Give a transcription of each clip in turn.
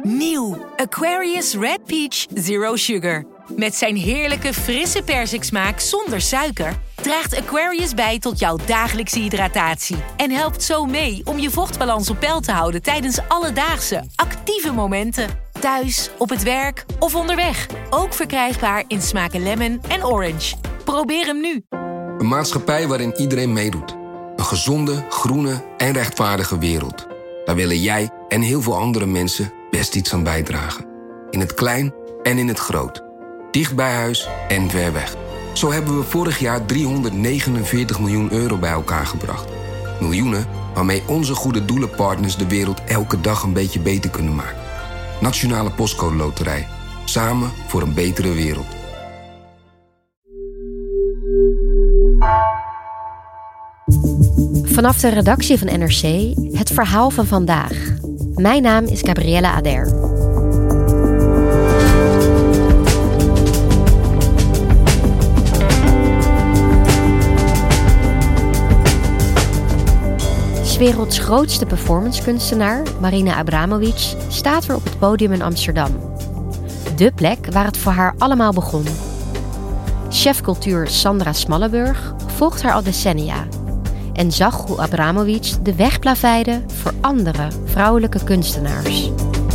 Nieuw Aquarius Red Peach Zero Sugar. Met zijn heerlijke frisse persiksmaak zonder suiker draagt Aquarius bij tot jouw dagelijkse hydratatie. En helpt zo mee om je vochtbalans op peil te houden tijdens alledaagse, actieve momenten. Thuis, op het werk of onderweg. Ook verkrijgbaar in smaken lemon en orange. Probeer hem nu. Een maatschappij waarin iedereen meedoet. Een gezonde, groene en rechtvaardige wereld. Daar willen jij en heel veel andere mensen best iets aan bijdragen. In het klein en in het groot. Dicht bij huis en ver weg. Zo hebben we vorig jaar 349 miljoen euro bij elkaar gebracht. Miljoenen waarmee onze goede doelenpartners de wereld elke dag een beetje beter kunnen maken. Nationale Postcode Loterij. Samen voor een betere wereld. Vanaf de redactie van NRC het verhaal van vandaag. Mijn naam is Gabrielle Ader. De werelds grootste performancekunstenaar, Marina Abramovic, staat weer op het podium in Amsterdam. De plek waar het voor haar allemaal begon. Chef cultuur Sandra Smallenburg volgt haar al decennia en zag hoe Abramovic de weg plaveide voor andere vrouwelijke kunstenaars.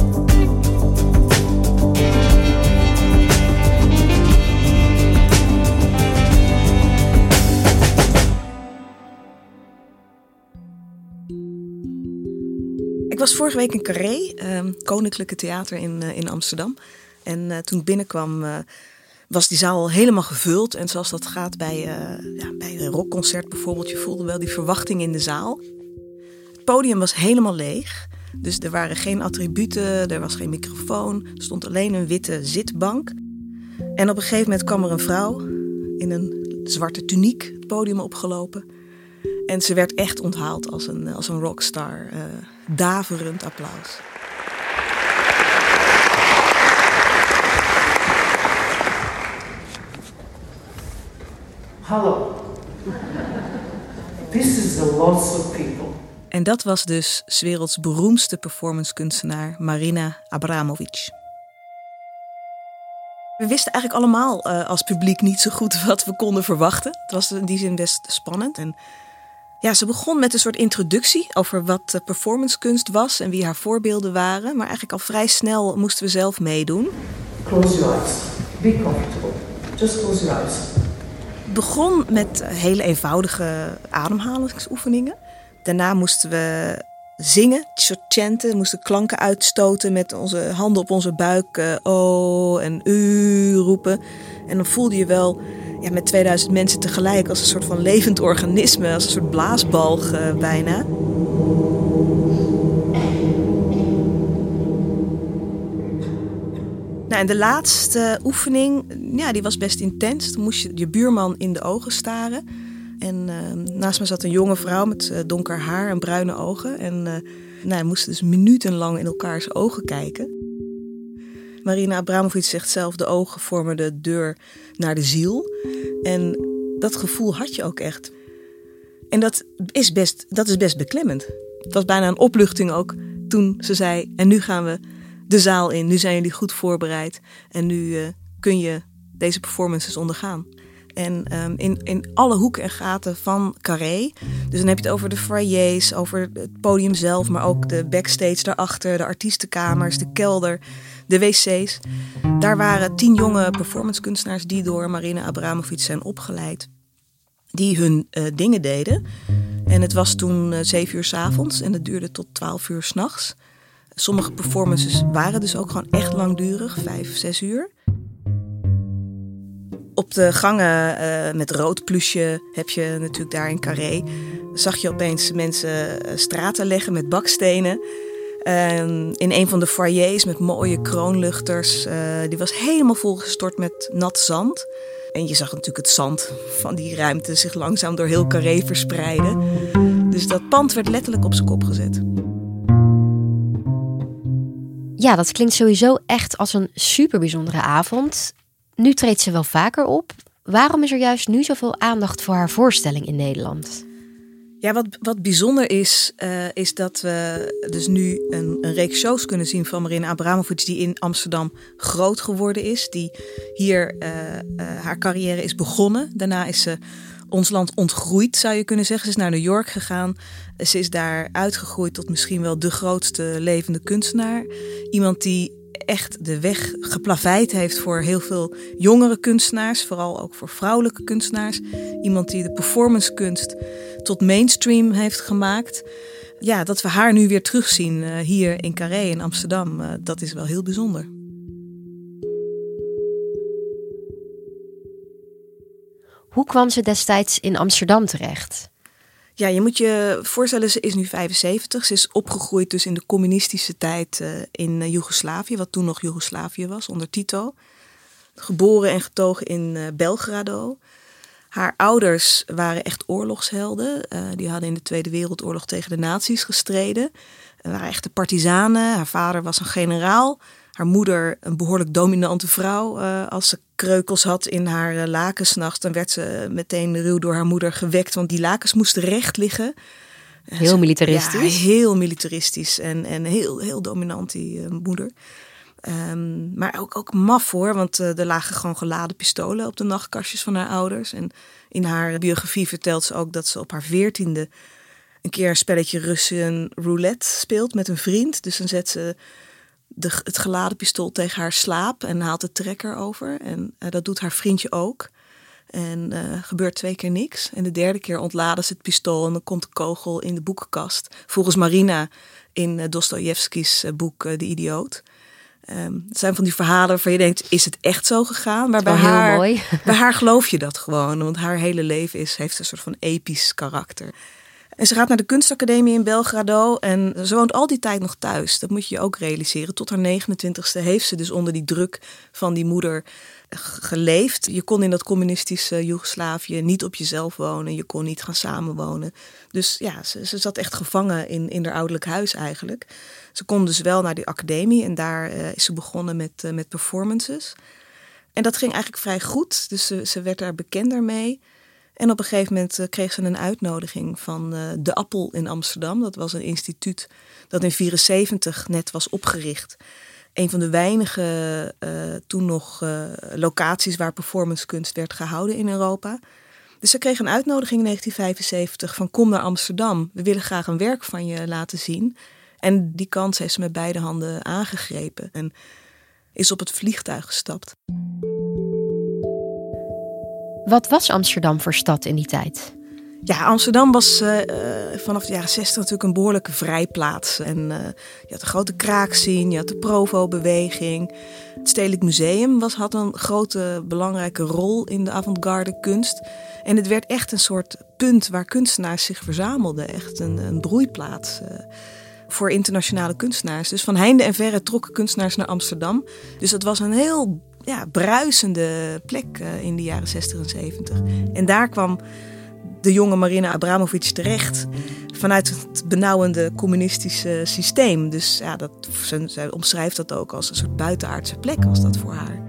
Ik was vorige week in Carré, Koninklijke Theater in Amsterdam. En toen ik binnenkwam was die zaal al helemaal gevuld. En zoals dat gaat bij een rockconcert bijvoorbeeld, je voelde wel die verwachting in de zaal. Het podium was helemaal leeg. Dus er waren geen attributen, er was geen microfoon. Er stond alleen een witte zitbank. En op een gegeven moment kwam er een vrouw in een zwarte tuniek het podium opgelopen. En ze werd echt onthaald als een rockstar. Daverend applaus. Hallo. This is a lot of people. En dat was dus 's werelds beroemdste performancekunstenaar Marina Abramovic. We wisten eigenlijk allemaal als publiek niet zo goed wat we konden verwachten. Het was in die zin best spannend. En ja, ze begon met een soort introductie over wat performancekunst was en wie haar voorbeelden waren. Maar eigenlijk al vrij snel moesten we zelf meedoen. Close your eyes. Be comfortable. Just close your eyes. Het begon met hele eenvoudige ademhalingsoefeningen. Daarna moesten we zingen, chanten, moesten klanken uitstoten met onze handen op onze buik. O en u roepen. En dan voelde je wel met 2000 mensen tegelijk als een soort van levend organisme. Als een soort blaasbalg bijna. Nou, en de laatste oefening, die was best intens. Dan moest je je buurman in de ogen staren. En naast me zat een jonge vrouw met donker haar en bruine ogen. En we moesten dus minutenlang in elkaars ogen kijken. Marina Abramovic zegt zelf, de ogen vormen de deur naar de ziel. En dat gevoel had je ook echt. En dat is best beklemmend. Het was bijna een opluchting ook toen ze zei, en nu gaan we de zaal in. Nu zijn jullie goed voorbereid. En nu kun je deze performances ondergaan. En in alle hoeken en gaten van Carré. Dus dan heb je het over de foyers, over het podium zelf, maar ook de backstage daarachter, de artiestenkamers, de kelder, de wc's. Daar waren 10 jonge performancekunstenaars die door Marina Abramovic zijn opgeleid. Die hun dingen deden. En het was toen 7 uur 's avonds en het duurde tot 12 uur 's nachts. Sommige performances waren dus ook gewoon echt langdurig, 5, 6 uur. Op de gangen met rood plusje heb je natuurlijk daar in Carré. Zag je opeens mensen straten leggen met bakstenen. In een van de foyers met mooie kroonluchters. Die was helemaal volgestort met nat zand. En je zag natuurlijk het zand van die ruimte zich langzaam door heel Carré verspreiden. Dus dat pand werd letterlijk op zijn kop gezet. Ja, dat klinkt sowieso echt als een super bijzondere avond. Nu treedt ze wel vaker op. Waarom is er juist nu zoveel aandacht voor haar voorstelling in Nederland? Ja, wat bijzonder is dat we dus nu een reeks shows kunnen zien van Marina Abramovic, die in Amsterdam groot geworden is. Die hier haar carrière is begonnen. Daarna is ze ons land ontgroeid, zou je kunnen zeggen. Ze is naar New York gegaan. Ze is daar uitgegroeid tot misschien wel de grootste levende kunstenaar. Iemand die echt de weg geplaveid heeft voor heel veel jongere kunstenaars. Vooral ook voor vrouwelijke kunstenaars. Iemand die de performancekunst tot mainstream heeft gemaakt. Ja, dat we haar nu weer terugzien hier in Carré in Amsterdam. Dat is wel heel bijzonder. Hoe kwam ze destijds in Amsterdam terecht? Ja, je moet je voorstellen, ze is nu 75. Ze is opgegroeid dus in de communistische tijd in Joegoslavië, wat toen nog Joegoslavië was, onder Tito. Geboren en getogen in Belgrado. Haar ouders waren echt oorlogshelden. Die hadden in de Tweede Wereldoorlog tegen de nazi's gestreden. Waren echte partizanen. Haar vader was een generaal. Haar moeder een behoorlijk dominante vrouw. Als ze kreukels had in haar lakens 's nachts, dan werd ze meteen ruw door haar moeder gewekt. Want die lakens moesten recht liggen. Heel militaristisch. Ja, heel militaristisch en heel dominant, die moeder. Maar ook maf hoor, want er lagen gewoon geladen pistolen op de nachtkastjes van haar ouders. En in haar biografie vertelt ze ook dat ze op haar 14e een keer een spelletje Russian roulette speelt met een vriend. Dus dan zet ze het geladen pistool tegen haar slaap en haalt de trekker over. En dat doet haar vriendje ook. En gebeurt 2 keer niks. En de 3e keer ontladen ze het pistool en dan komt de kogel in de boekenkast. Volgens Marina in Dostojevskis boek De Idioot. Het zijn van die verhalen waarvan je denkt, is het echt zo gegaan? Maar bij haar geloof je dat gewoon. Want haar hele leven heeft een soort van episch karakter. En ze gaat naar de kunstacademie in Belgrado en ze woont al die tijd nog thuis. Dat moet je je ook realiseren. Tot haar 29e heeft ze dus onder die druk van die moeder geleefd. Je kon in dat communistische Joegoslavië niet op jezelf wonen. Je kon niet gaan samenwonen. Dus ja, ze zat echt gevangen in haar ouderlijk huis eigenlijk. Ze kon dus wel naar die academie en daar is ze begonnen met performances. En dat ging eigenlijk vrij goed. Dus ze werd daar bekender mee. En op een gegeven moment kreeg ze een uitnodiging van De Appel in Amsterdam. Dat was een instituut dat in 1974 net was opgericht. Een van de weinige toen nog locaties waar performancekunst werd gehouden in Europa. Dus ze kreeg een uitnodiging in 1975 van kom naar Amsterdam. We willen graag een werk van je laten zien. En die kans heeft ze met beide handen aangegrepen. En is op het vliegtuig gestapt. Wat was Amsterdam voor stad in die tijd? Ja, Amsterdam was vanaf de jaren 60 natuurlijk een behoorlijke vrijplaats. En je had een grote kraakscene, je had de Provo-beweging. Het Stedelijk Museum had een grote belangrijke rol in de avant-garde kunst. En het werd echt een soort punt waar kunstenaars zich verzamelden. Echt een broeiplaats voor internationale kunstenaars. Dus van heinde en verre trokken kunstenaars naar Amsterdam. Dus dat was een heel bruisende plek in de jaren 60 en 70. En daar kwam de jonge Marina Abramovic terecht vanuit het benauwende communistische systeem. Dus ja, zij omschrijft dat ook als een soort buitenaardse plek was dat voor haar.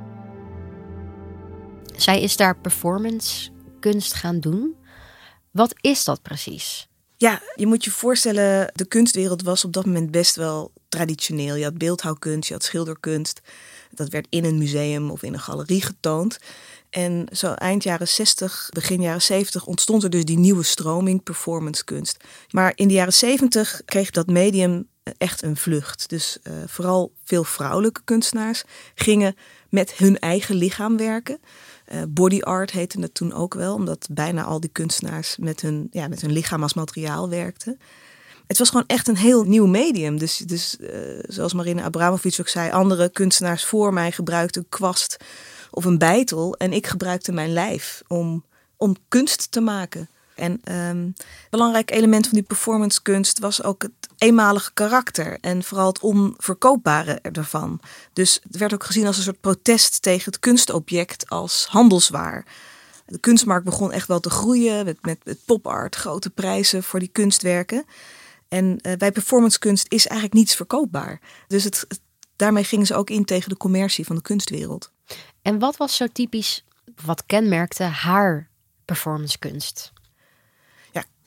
Zij is daar performance kunst gaan doen. Wat is dat precies? Ja, je moet je voorstellen, de kunstwereld was op dat moment best wel traditioneel. Je had beeldhouwkunst, je had schilderkunst. Dat werd in een museum of in een galerie getoond. En zo eind jaren 60, begin jaren 70 ontstond er dus die nieuwe stroming, performancekunst. Maar in de jaren 70 kreeg dat medium echt een vlucht. Dus vooral veel vrouwelijke kunstenaars gingen met hun eigen lichaam werken. Body art heette het toen ook wel, omdat bijna al die kunstenaars met hun lichaam als materiaal werkten. Het was gewoon echt een heel nieuw medium. Dus zoals Marina Abramovic ook zei, andere kunstenaars voor mij gebruikten een kwast of een beitel. En ik gebruikte mijn lijf om kunst te maken. En een belangrijk element van die performancekunst was ook het eenmalige karakter. En vooral het onverkoopbare ervan. Dus het werd ook gezien als een soort protest tegen het kunstobject als handelswaar. De kunstmarkt begon echt wel te groeien met pop-art, grote prijzen voor die kunstwerken. En bij performancekunst is eigenlijk niets verkoopbaar. Dus daarmee gingen ze ook in tegen de commercie van de kunstwereld. En wat was zo typisch, wat kenmerkte haar performancekunst? Ja,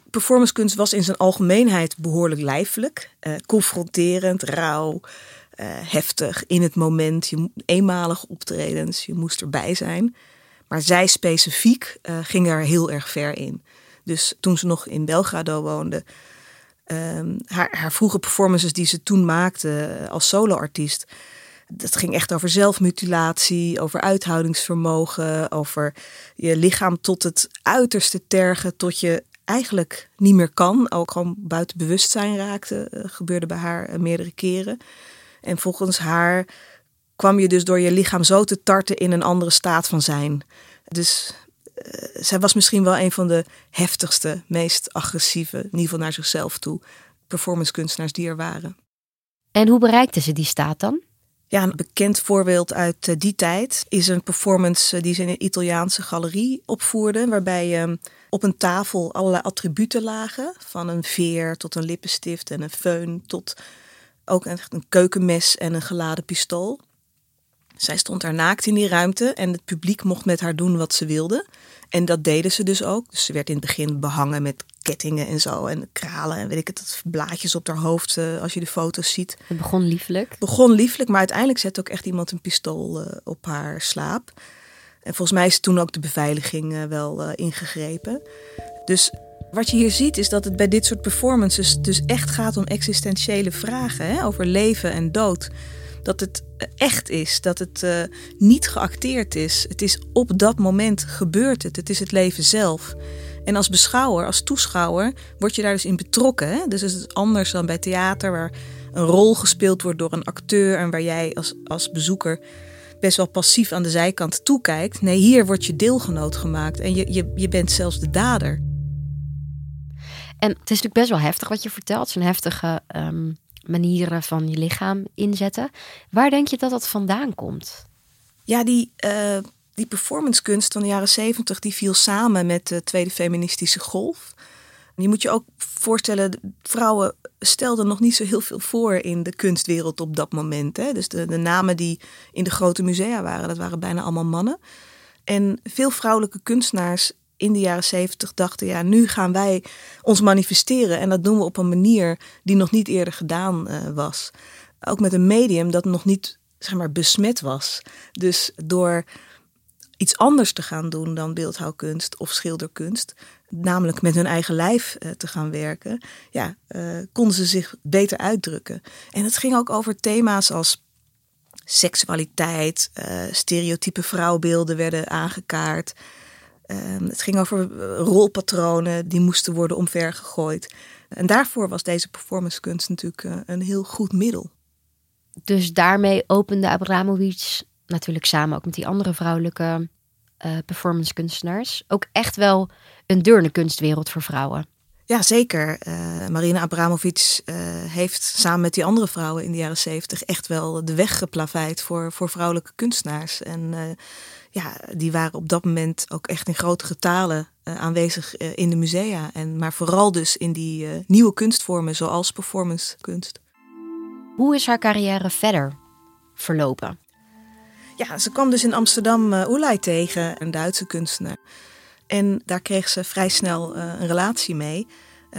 performancekunst was in zijn algemeenheid behoorlijk lijfelijk. Confronterend, rauw, heftig, in het moment. Eenmalige optredens, je moest erbij zijn. Maar zij specifiek ging daar heel erg ver in. Dus toen ze nog in Belgrado woonde, haar vroege performances die ze toen maakte als soloartiest, dat ging echt over zelfmutilatie, over uithoudingsvermogen, over je lichaam tot het uiterste tergen, tot je eigenlijk niet meer kan. Ook gewoon buiten bewustzijn raakte, gebeurde bij haar meerdere keren. En volgens haar kwam je dus door je lichaam zo te tarten in een andere staat van zijn. Dus zij was misschien wel een van de heftigste, meest agressieve, in ieder geval naar zichzelf toe, performancekunstenaars die er waren. En hoe bereikte ze die staat dan? Ja, een bekend voorbeeld uit die tijd is een performance die ze in een Italiaanse galerie opvoerde, waarbij op een tafel allerlei attributen lagen, van een veer tot een lippenstift en een föhn tot ook een keukenmes en een geladen pistool. Zij stond daar naakt in die ruimte en het publiek mocht met haar doen wat ze wilde. En dat deden ze dus ook. Dus ze werd in het begin behangen met kettingen en zo en kralen en weet ik het, blaadjes op haar hoofd als je de foto's ziet. Het begon lieflijk. Maar uiteindelijk zette ook echt iemand een pistool op haar slaap. En volgens mij is toen ook de beveiliging wel ingegrepen. Dus wat je hier ziet is dat het bij dit soort performances dus echt gaat om existentiële vragen, hè? Over leven en dood. Dat het echt is, dat het niet geacteerd is. Het is op dat moment gebeurt het. Het is het leven zelf. En als beschouwer, als toeschouwer, word je daar dus in betrokken. Hè? Dus het is anders dan bij theater, waar een rol gespeeld wordt door een acteur en waar jij als bezoeker best wel passief aan de zijkant toekijkt. Nee, hier word je deelgenoot gemaakt en je bent zelfs de dader. En het is natuurlijk best wel heftig wat je vertelt. Zo'n heftige manieren van je lichaam inzetten. Waar denk je dat dat vandaan komt? Ja, die performancekunst van de jaren 70 die viel samen met de tweede feministische golf. Je moet je ook voorstellen, vrouwen stelden nog niet zo heel veel voor in de kunstwereld op dat moment. Hè? Dus de namen die in de grote musea waren, dat waren bijna allemaal mannen. En veel vrouwelijke kunstenaars in de jaren 70 dachten, ja, nu gaan wij ons manifesteren. En dat doen we op een manier die nog niet eerder gedaan was. Ook met een medium dat nog niet, zeg maar, besmet was. Dus door iets anders te gaan doen dan beeldhouwkunst of schilderkunst, namelijk met hun eigen lijf te gaan werken, konden ze zich beter uitdrukken. En het ging ook over thema's als seksualiteit, stereotype vrouwbeelden werden aangekaart. Het ging over rolpatronen die moesten worden omvergegooid. En daarvoor was deze performancekunst natuurlijk een heel goed middel. Dus daarmee opende Abramović, natuurlijk samen ook met die andere vrouwelijke performancekunstenaars, ook echt wel een deur in de kunstwereld voor vrouwen. Ja, zeker. Marina Abramović heeft samen met die andere vrouwen in de jaren 70 echt wel de weg geplaveid voor vrouwelijke kunstenaars. En die waren op dat moment ook echt in grote getalen aanwezig in de musea. Maar vooral dus in die nieuwe kunstvormen zoals performancekunst. Hoe is haar carrière verder verlopen? Ja, ze kwam dus in Amsterdam Ulay tegen, een Duitse kunstenaar. En daar kreeg ze vrij snel een relatie mee.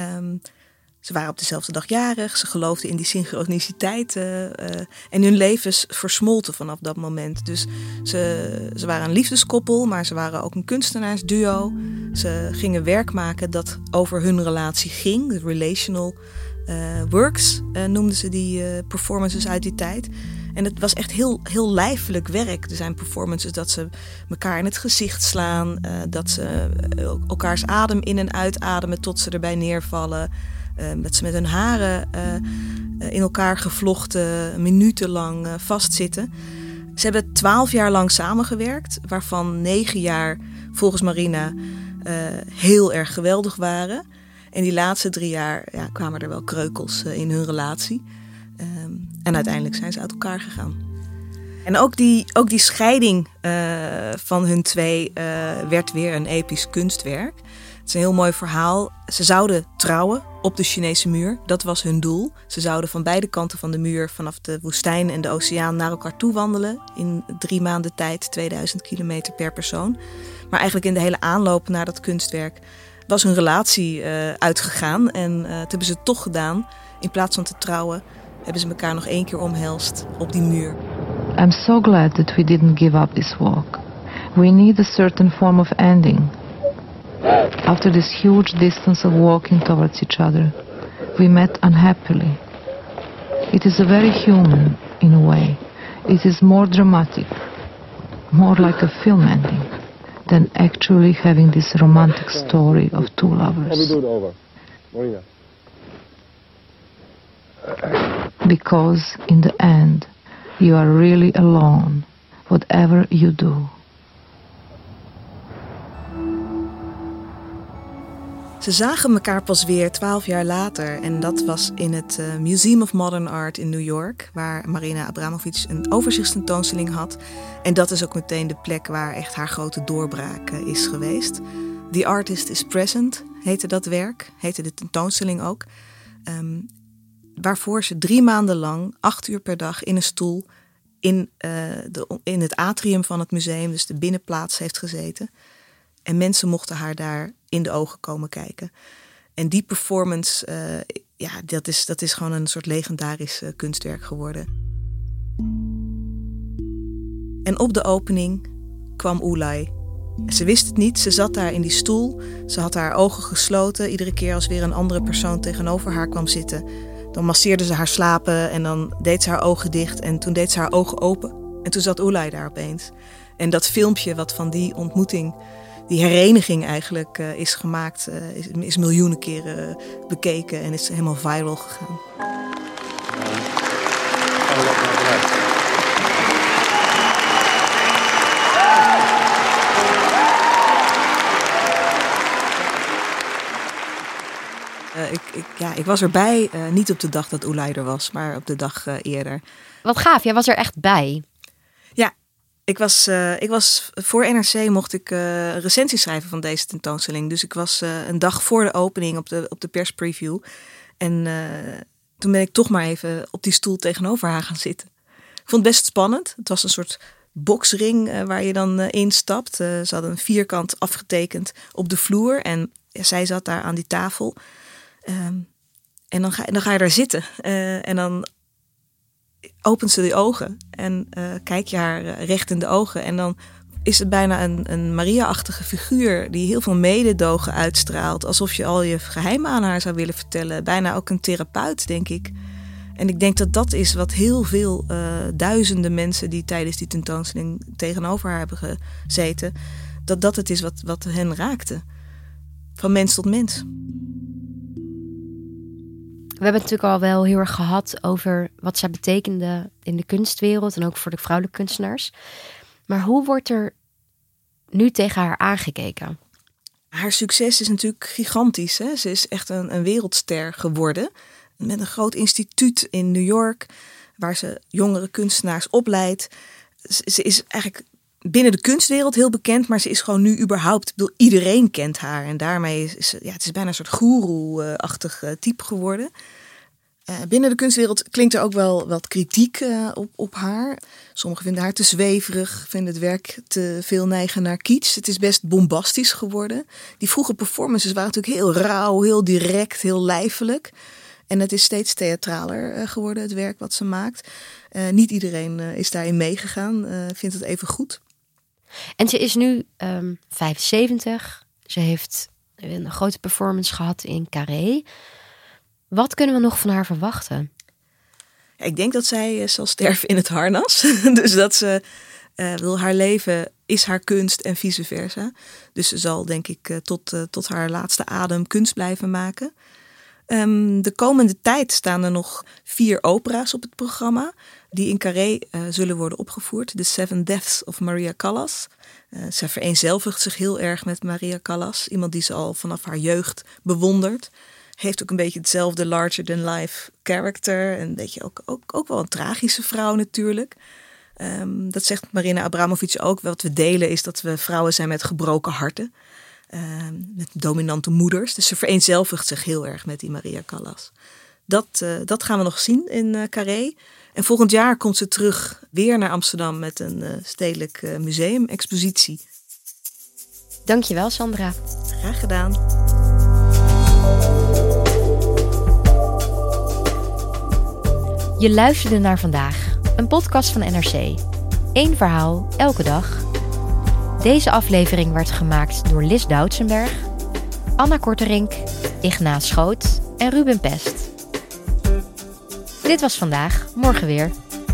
Ze waren op dezelfde dag jarig. Ze geloofden in die synchroniciteit. En hun levens versmolten vanaf dat moment. Dus ze waren een liefdeskoppel, maar ze waren ook een kunstenaarsduo. Ze gingen werk maken dat over hun relatie ging. De relational works noemden ze die performances uit die tijd. En het was echt heel, heel lijfelijk werk. Er zijn performances dat ze elkaar in het gezicht slaan. Dat ze elkaars adem in- en uitademen tot ze erbij neervallen. Dat ze met hun haren in elkaar gevlochten minutenlang vastzitten. Ze hebben 12 jaar lang samengewerkt. Waarvan 9 jaar volgens Marina heel erg geweldig waren. En die laatste 3 jaar kwamen er wel kreukels in hun relatie. En uiteindelijk zijn ze uit elkaar gegaan. En ook die scheiding van hun twee werd weer een episch kunstwerk. Het is een heel mooi verhaal. Ze zouden trouwen op de Chinese muur. Dat was hun doel. Ze zouden van beide kanten van de muur vanaf de woestijn en de oceaan naar elkaar toe wandelen. In 3 maanden tijd, 2000 kilometer per persoon. Maar eigenlijk in de hele aanloop naar dat kunstwerk was hun relatie uitgegaan. En toen hebben ze het toch gedaan. In plaats van te trouwen, hebben ze elkaar nog 1 keer omhelst op die muur. I'm so glad that we didn't give up this walk. We need a certain form of ending. After this huge distance of walking towards each other, we met unhappily. It is a very human, in a way. It is more dramatic, more like a film ending, than actually having this romantic story of 2 lovers. We do it over. Marina. Because in the end, you are really alone, whatever you do. Ze zagen elkaar pas weer 12 jaar later. En dat was in het Museum of Modern Art in New York, waar Marina Abramović een overzichtstentoonstelling had. En dat is ook meteen de plek waar echt haar grote doorbraak is geweest. The Artist is Present heette dat werk, heette de tentoonstelling ook. Waarvoor ze 3 maanden lang, 8 uur per dag in een stoel in het atrium van het museum, dus de binnenplaats, heeft gezeten. En mensen mochten haar daar in de ogen komen kijken. En die performance, dat is gewoon een soort legendarisch kunstwerk geworden. En op de opening kwam Ulay. Ze wist het niet, ze zat daar in die stoel. Ze had haar ogen gesloten. Iedere keer als weer een andere persoon tegenover haar kwam zitten, dan masseerde ze haar slapen en dan deed ze haar ogen dicht. En toen deed ze haar ogen open. En toen zat Ulay daar opeens. En dat filmpje wat van die ontmoeting, die hereniging eigenlijk is gemaakt, is miljoenen keren bekeken en is helemaal viral gegaan. Ik was erbij, niet op de dag dat Ulay er was, maar op de dag eerder. Wat gaaf, jij was er echt bij. Ja, ik was voor NRC mocht ik recensie schrijven van deze tentoonstelling. Dus ik was een dag voor de opening op de perspreview. En toen ben ik toch maar even op die stoel tegenover haar gaan zitten. Ik vond het best spannend. Het was een soort boksring waar je dan instapt. Ze hadden een vierkant afgetekend op de vloer en zij zat daar aan die tafel. En dan ga je daar zitten. En dan opent ze die ogen en kijk je haar recht in de ogen. En dan is het bijna een Maria-achtige figuur die heel veel mededogen uitstraalt. Alsof je al je geheimen aan haar zou willen vertellen. Bijna ook een therapeut, denk ik. En ik denk dat dat is wat heel veel duizenden mensen die tijdens die tentoonstelling tegenover haar hebben gezeten, dat het is wat hen raakte. Van mens tot mens. We hebben het natuurlijk al wel heel erg gehad over wat zij betekende in de kunstwereld en ook voor de vrouwelijke kunstenaars. Maar hoe wordt er nu tegen haar aangekeken? Haar succes is natuurlijk gigantisch. Hè? Ze is echt een wereldster geworden. Met een groot instituut in New York, waar ze jongere kunstenaars opleidt. Ze is eigenlijk binnen de kunstwereld heel bekend, maar ze is gewoon nu überhaupt, iedereen kent haar. En daarmee is het is bijna een soort goeroe-achtig type geworden. Binnen de kunstwereld klinkt er ook wel wat kritiek op haar. Sommigen vinden haar te zweverig, vinden het werk te veel neigen naar kitsch. Het is best bombastisch geworden. Die vroege performances waren natuurlijk heel rauw, heel direct, heel lijfelijk. En het is steeds theatraler geworden, het werk wat ze maakt. Niet iedereen is daarin meegegaan, vindt het even goed. En ze is nu 75. Ze heeft een grote performance gehad in Carré. Wat kunnen we nog van haar verwachten? Ja, ik denk dat zij zal sterven in het harnas. Dus dat ze haar leven is haar kunst en vice versa. Dus ze zal denk ik tot haar laatste adem kunst blijven maken. De komende tijd staan er nog 4 opera's op het programma die in Carré zullen worden opgevoerd. The Seven Deaths of Maria Callas. Zij vereenzelvigt zich heel erg met Maria Callas. Iemand die ze al vanaf haar jeugd bewondert. Heeft ook een beetje hetzelfde larger-than-life character. En een beetje ook wel een tragische vrouw natuurlijk. Dat zegt Marina Abramović ook. Wat we delen is dat we vrouwen zijn met gebroken harten. Met dominante moeders. Dus ze vereenzelvigt zich heel erg met die Maria Callas. Dat gaan we nog zien in Carré. En volgend jaar komt ze terug weer naar Amsterdam met een stedelijk museum-expositie. Dankjewel, Sandra. Graag gedaan. Je luisterde naar Vandaag, een podcast van NRC. 1 verhaal, elke dag. Deze aflevering werd gemaakt door Lis Doutsenberg, Anna Korterink, Ignaat Schoot en Ruben Pest. Dit was Vandaag, morgen weer.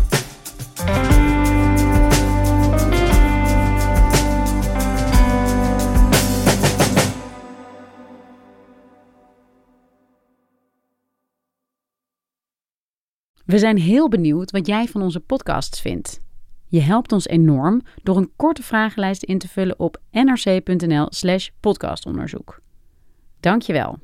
We zijn heel benieuwd wat jij van onze podcasts vindt. Je helpt ons enorm door een korte vragenlijst in te vullen op nrc.nl/podcastonderzoek. Dank je wel.